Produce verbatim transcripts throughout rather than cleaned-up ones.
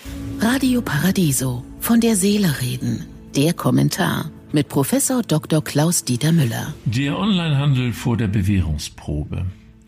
Radio Paradiso, von der Seele reden. Der Kommentar mit Professor Doktor Klaus-Dieter Müller. Der Onlinehandel vor der Bewährungsprobe.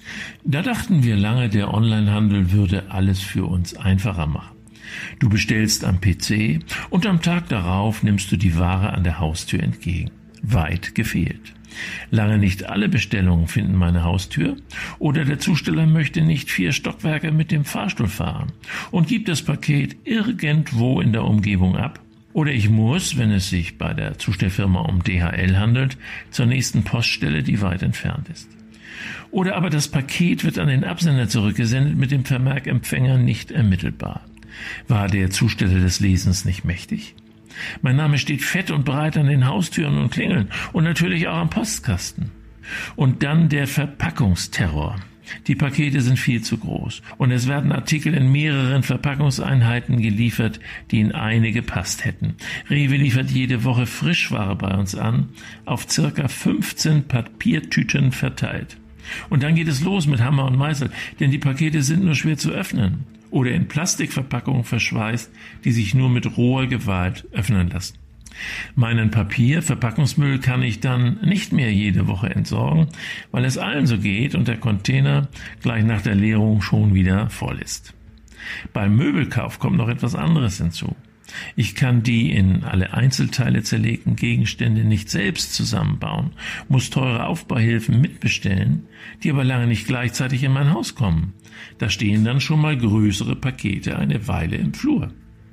Da dachten wir lange, der Onlinehandel würde alles für uns einfacher machen. Du bestellst am P C und am Tag darauf nimmst du die Ware an der Haustür entgegen. Weit gefehlt. Lange nicht alle Bestellungen finden meine Haustür oder der Zusteller möchte nicht vier Stockwerke mit dem Fahrstuhl fahren und gibt das Paket irgendwo in der Umgebung ab. Oder ich muss, wenn es sich bei der Zustellfirma um D H L handelt, zur nächsten Poststelle, die weit entfernt ist. Oder aber das Paket wird an den Absender zurückgesendet mit dem Vermerk Empfänger nicht ermittelbar. War der Zusteller des Lesens nicht mächtig? Mein Name steht fett und breit an den Haustüren und Klingeln und natürlich auch am Postkasten. Und dann der Verpackungsterror. Die Pakete sind viel zu groß und es werden Artikel in mehreren Verpackungseinheiten geliefert, die in eine gepasst hätten. Rewe liefert jede Woche Frischware bei uns an, auf circa fünfzehn Papiertüten verteilt. Und dann geht es los mit Hammer und Meißel, denn die Pakete sind nur schwer zu öffnen oder in Plastikverpackungen verschweißt, die sich nur mit roher Gewalt öffnen lassen. Meinen Papierverpackungsmüll kann ich dann nicht mehr jede Woche entsorgen, weil es allen so geht und der Container gleich nach der Leerung schon wieder voll ist. Beim Möbelkauf kommt noch etwas anderes hinzu. Ich kann die in alle Einzelteile zerlegten Gegenstände nicht selbst zusammenbauen, muss teure Aufbauhilfen mitbestellen, die aber lange nicht gleichzeitig in mein Haus kommen. Da stehen dann schon mal größere Pakete eine Weile im Flur.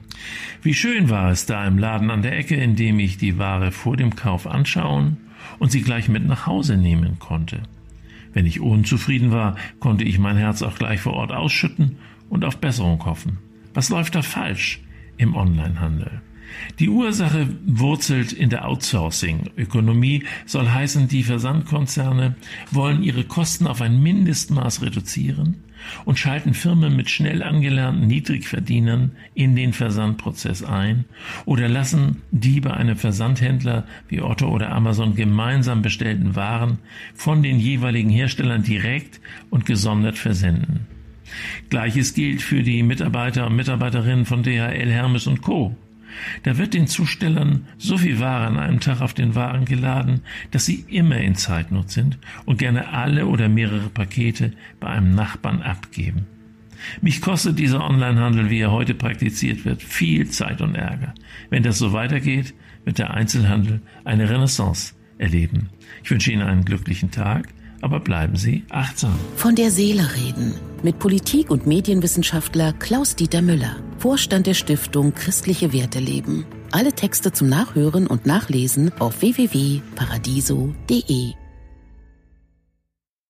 Wie schön war es da im Laden an der Ecke, in dem ich die Ware vor dem Kauf anschauen und sie gleich mit nach Hause nehmen konnte. Wenn ich unzufrieden war, konnte ich mein Herz auch gleich vor Ort ausschütten und auf Besserung hoffen. Was läuft da falsch im Onlinehandel? Die Ursache wurzelt in der Outsourcing-Ökonomie, soll heißen, die Versandkonzerne wollen ihre Kosten auf ein Mindestmaß reduzieren und schalten Firmen mit schnell angelernten Niedrigverdienern in den Versandprozess ein oder lassen die bei einem Versandhändler wie Otto oder Amazon gemeinsam bestellten Waren von den jeweiligen Herstellern direkt und gesondert versenden. Gleiches gilt für die Mitarbeiter und Mitarbeiterinnen von D H L, Hermes und Co. Da wird den Zustellern so viel Ware an einem Tag auf den Wagen geladen, dass sie immer in Zeitnot sind und gerne alle oder mehrere Pakete bei einem Nachbarn abgeben. Mich kostet dieser Onlinehandel, wie er heute praktiziert wird, viel Zeit und Ärger. Wenn das so weitergeht, wird der Einzelhandel eine Renaissance erleben. Ich wünsche Ihnen einen glücklichen Tag, aber bleiben Sie achtsam. Von der Seele reden mit Politik- und Medienwissenschaftler Klaus-Dieter Müller, Vorstand der Stiftung Christliche Werte leben. Alle Texte zum Nachhören und Nachlesen auf w w w punkt paradiso punkt d e.